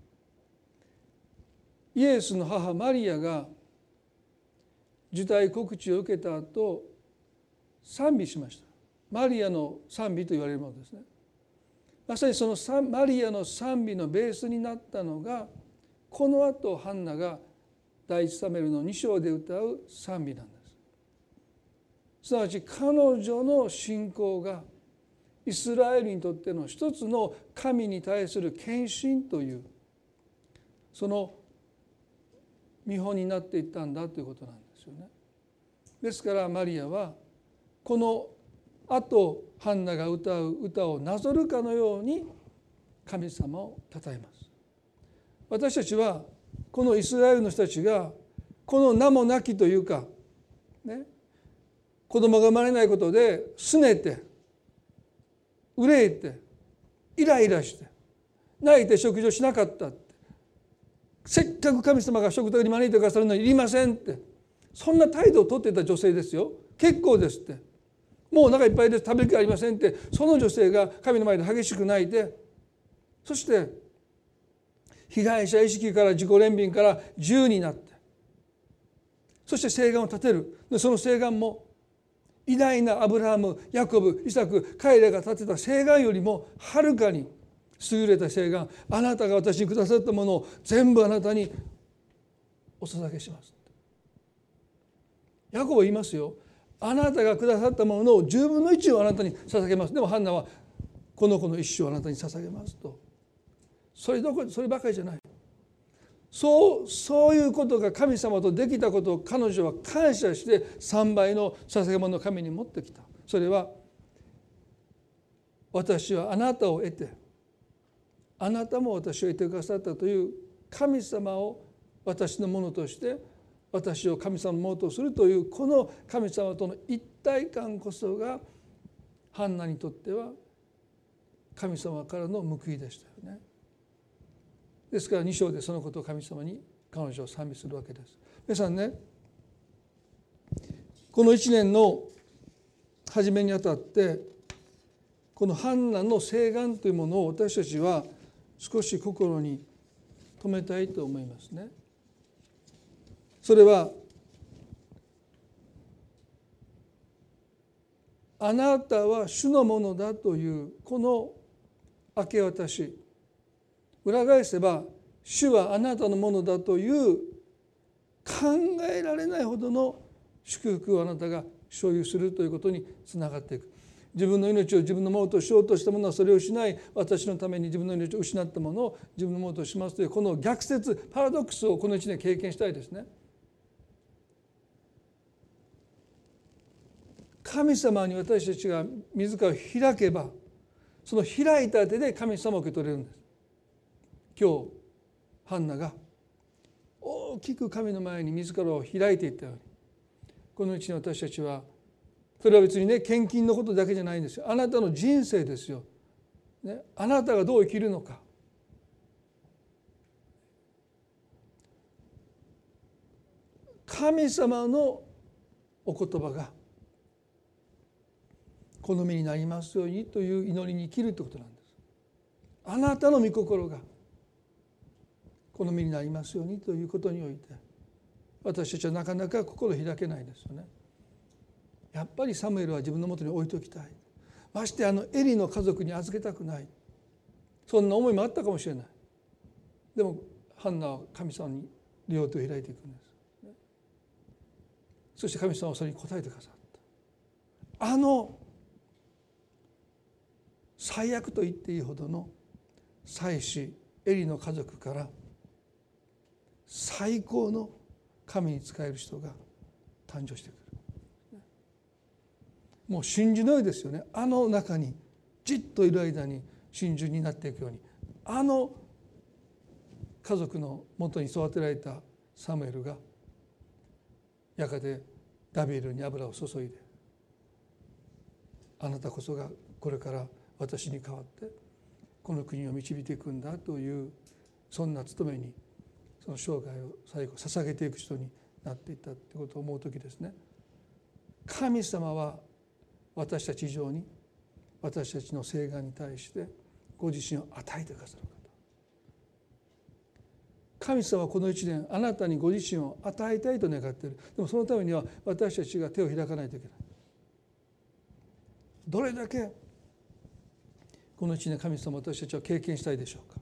イエスの母マリアが受胎告知を受けた後賛美しました。マリアの賛美と言われるものですね。まさにそのマリアの賛美のベースになったのが、このあとハンナが第一サムエルの2章で歌う賛美なんです。すなわち彼女の信仰がイスラエルにとっての一つの神に対する献身というその見本になっていったんだということなんですよね。ですからマリアはこのあとハンナが歌う歌をなぞるかのように神様を称えます。私たちはこのイスラエルの人たちがこの名もなきというか、ね、子供が生まれないことで拗ねて憂いてイライラして泣いて食事をしなかったって、せっかく神様が食卓に招いてくださるのにいりませんって、そんな態度をとっていた女性ですよ。結構ですって、もうお腹いっぱいです、食べる気ありませんって、その女性が神の前で激しく泣いて、そして被害者意識から自己憐憫から自由になって、そして請願を立てる。でその請願も偉大なアブラハム、ヤコブ、イサク、彼らが立てた請願よりもはるかに優れた請願、あなたが私にくださったものを全部あなたにお捧げします。ヤコブは言いますよ。あなたがくださったものの10分の1をあなたに捧げます。でもハンナはこの子の一生をあなたに捧げますと。そればかりじゃない。そういうことが神様とできたことを彼女は感謝して3倍の捧げ物を神に持ってきた。それは私はあなたを得てあなたも私を得てくださったという神様を私のものとして私を神様のものとするというこの神様との一体感こそがハンナにとっては神様からの報いでしたよね。ですから2章でそのことを神様に彼女を賛美するわけです。皆さんね、この1年の初めにあたってこのハンナの請願というものを私たちは少し心に留めたいと思いますね。それはあなたは主のものだというこの明け渡し、裏返せば主はあなたのものだという考えられないほどの祝福をあなたが所有するということにつながっていく。自分の命を自分のものとしようとしたものはそれを失い、私のために自分の命を失ったものを自分のものとしますというこの逆説パラドックスをこの1年経験したいですね。神様に私たちが自らを開けばその開いた手で神様を受け取れるんです。今日ハンナが大きく神の前に自らを開いていったようにこのうちに私たちはそれは別にね献金のことだけじゃないんですよ。あなたの人生ですよ、ね、あなたがどう生きるのか、神様のお言葉が好みになりますようにという祈りに生きるということなんです。あなたの御心が好みになりますようにということにおいて私たちはなかなか心開けないですよね。やっぱりサムエルは自分のもとに置いておきたい。ましてエリの家族に預けたくない。そんな思いもあったかもしれない。でもハンナは神様に両手を開いていくんです。そして神様はそれに応えてくださった。最悪と言っていいほどの祭司エリの家族から最高の神に仕える人が誕生してくる。もう真珠のようですよね。中にじっといる間に真珠になっていくように家族のもとに育てられたサムエルがやがてダビデに油を注いであなたこそがこれから私に代わってこの国を導いていくんだというそんな務めにその生涯を最後捧げていく人になっていったということを思う時ですね。神様は私たち以上に私たちの請願に対してご自身を与えてくださる方。神様はこの1年あなたにご自身を与えたいと願っている。でもそのためには私たちが手を開かないといけない。どれだけこの1年神様私たちは経験したいでしょうか。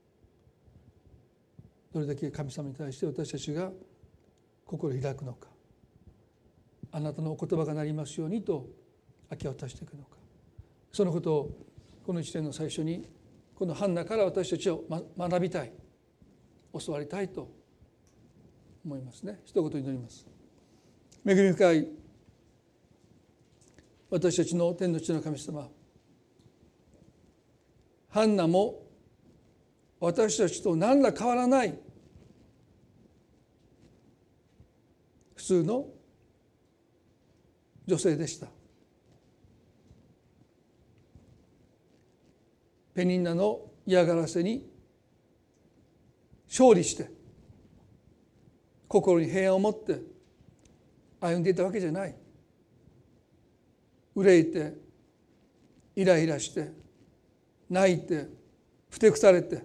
どれだけ神様に対して私たちが心を開くのか。あなたのお言葉がなりますようにと明け渡していくのか。そのことをこの1年の最初にこのハンナから私たちを学びたい、教わりたいと思いますね。一言祈ります。恵み深い私たちの天の地の神様、ハンナも私たちと何ら変わらない普通の女性でした。ペニンナの嫌がらせに勝利して心に平安を持って歩んでいたわけじゃない。憂いてイライラして泣いてふてくされて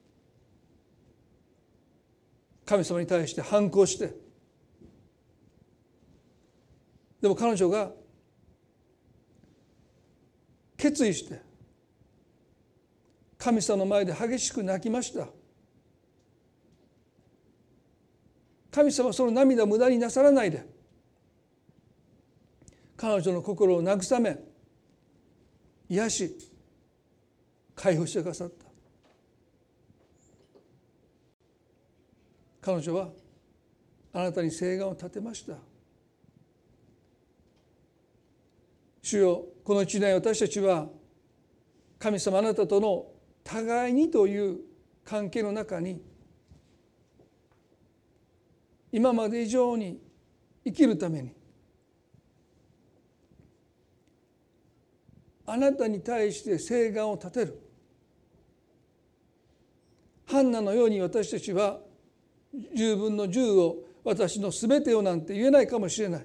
神様に対して反抗して、でも彼女が決意して神様の前で激しく泣きました。 神様はその涙を無駄になさらないで、彼女の心を慰め、癒し、解放してくださった。彼女はあなたに誓願を立てました。主よ、この一年私たちは神様あなたとの互いにという関係の中に今まで以上に生きるためにあなたに対して誓願を立てる。ハンナのように私たちは10分の10を私のすべてをなんて言えないかもしれない。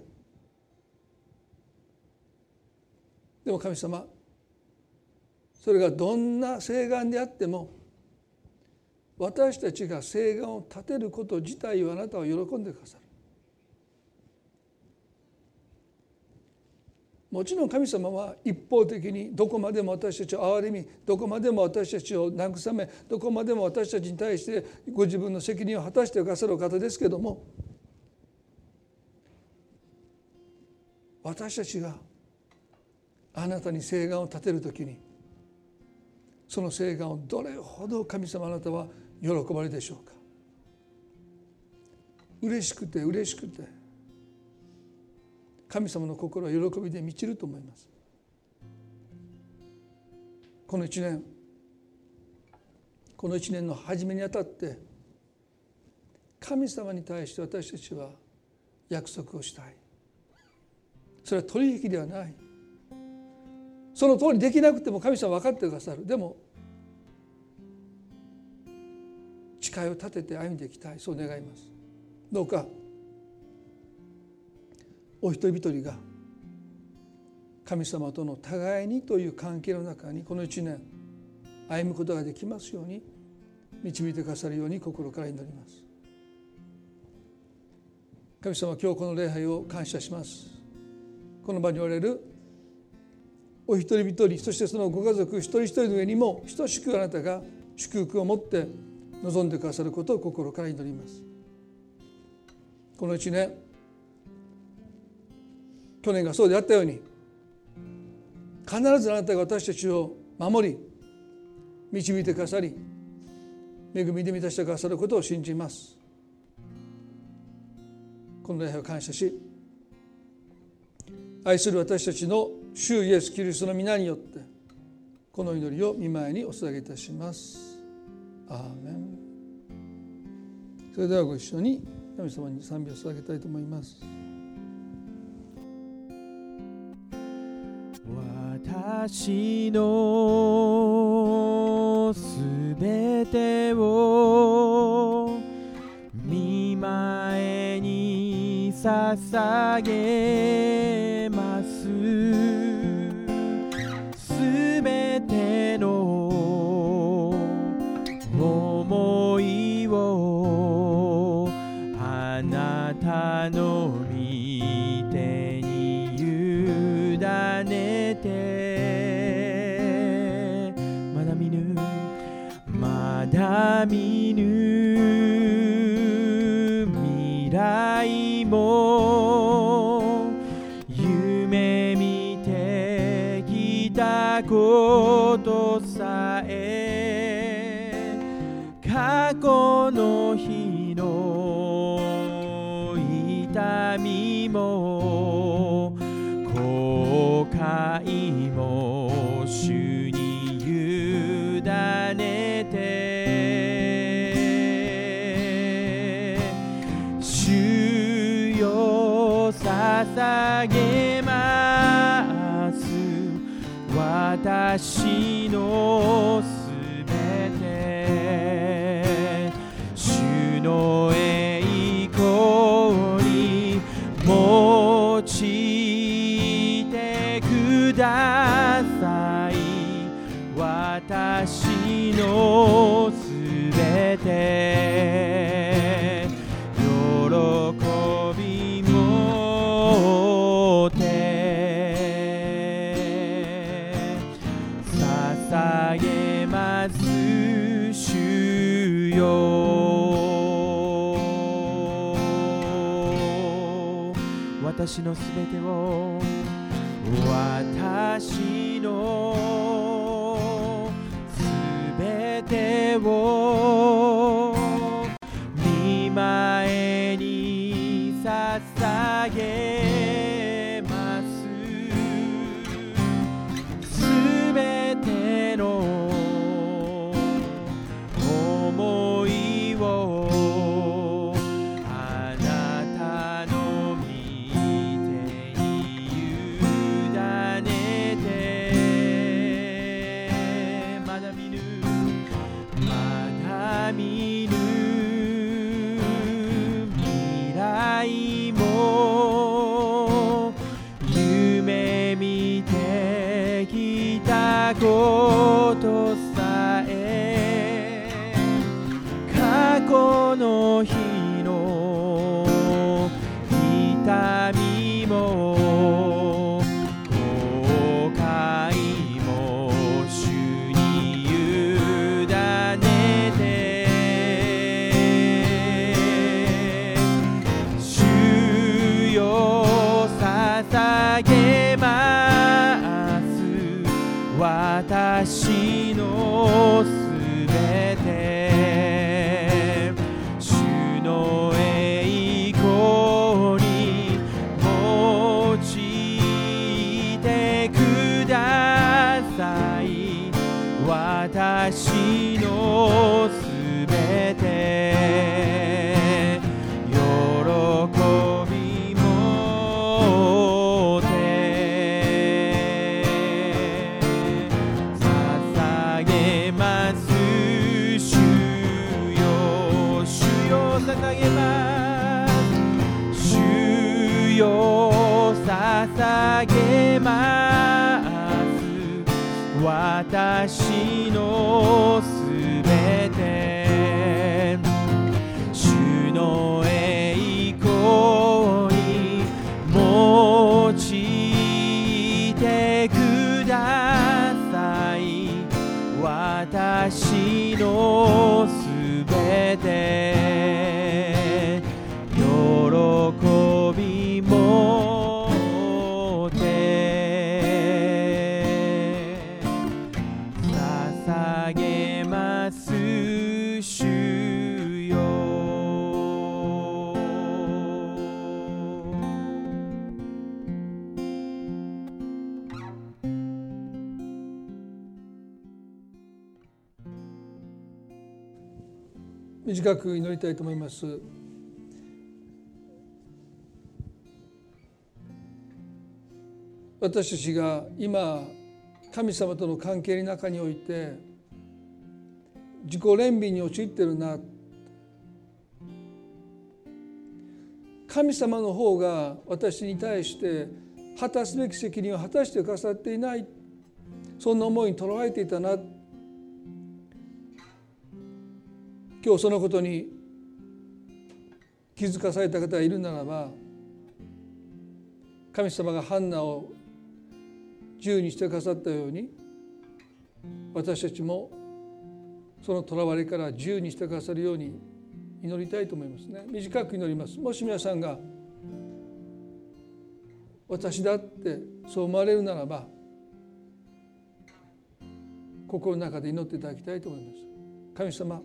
でも神様、それがどんな誓願であっても私たちが誓願を立てること自体をあなたは喜んでくださる。もちろん神様は一方的にどこまでも私たちを憐れみ、どこまでも私たちを慰め、どこまでも私たちに対してご自分の責任を果たしてくださるお方ですけども、私たちがあなたに誓願を立てるときにその誓願をどれほど神様あなたは喜ばれるでしょうか。嬉しくて嬉しくて神様の心は喜びで満ちると思います。この一年の初めにあたって神様に対して私たちは約束をしたい。それは取引ではない。その通りできなくても神様は分かってくださる。でも誓いを立てて歩んでいきたい、そう願います。どうかお一人一人が神様との互いにという関係の中にこの一年歩むことができますように導いてくださるように心から祈ります。神様、今日この礼拝を感謝します。この場におられるお一人一人、そしてそのご家族一人一人の上にも等しくあなたが祝福を持って望んでくださることを心から祈ります。この一年、去年がそうであったように必ずあなたが私たちを守り導いてくださり恵みで満たしてくださることを信じます。この礼拝を感謝し、愛する私たちの主イエスキリストの皆によってこの祈りを御前にお捧げいたします。アーメン。それではご一緒に神様に賛美を捧げたいと思います。 私のすべてを御前に捧げます。すべての思いをあなたの御手に委ねて、まだ見ぬ未来も夢見てきたことさえ、過去の日の痛みも後悔も主に委ねて、主よ捧げます。私のすべて、主の栄光に用いてください。私のすべて、喜びもって捧げます主よ。 私のすべてを、私のすべてを御前に捧げます。すべての思いをあなたの御手に委ねて、まだ見ぬ未来も夢見てきたことさえ、過去の日の痛みも後悔も主に委ねて、主よ捧げます。私のすべて、主の栄光に用いてください。私のすべて、喜びもて捧げます。主よ、主よ捧げます。主よ捧げます。私のすべて、主の栄光に用いてください。私のすべて、喜びもて捧げます。主よ。 短く祈りたいと思います。私たちが今神様との関係の中において自己憐憫に陥っているな、神様の方が私に対して果たすべき責任を果たしてくださっていない、そんな思いにとらわれていたな。今日そのことに気づかされた方がいるならば、神様がハンナを自由にしてくださったように、私たちもそのとらわれから自由にしてくださるように祈りたいと思いますね。短く祈ります。もし皆さんが私だってそう思われるならば、心の中で祈っていただきたいと思います。神様、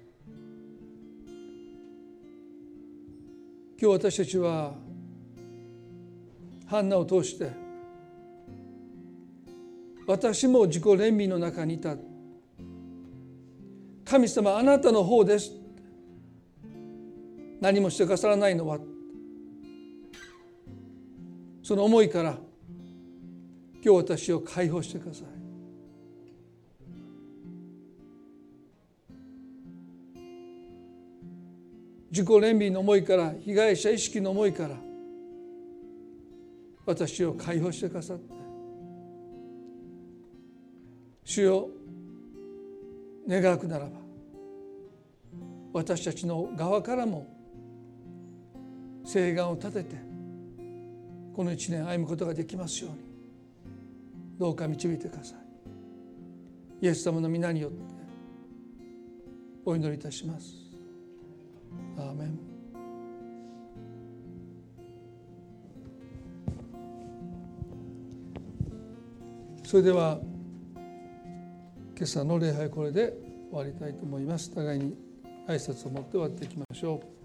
今日私たちはハンナを通して私も自己憐憫の中にいた、神様あなたの方です、何もしてくださらないのは、その思いから今日私を解放してください。自己憐憫の思いから、被害者意識の思いから私を解放してくださって、主よ、願うならば私たちの側からも誓願を立ててこの一年歩むことができますように、どうか導いてください。イエス様の皆によってお祈りいたします。アーメン。 それでは今朝の礼拝これで終わりたいと思います。互いに挨拶を持って終わっていきましょう。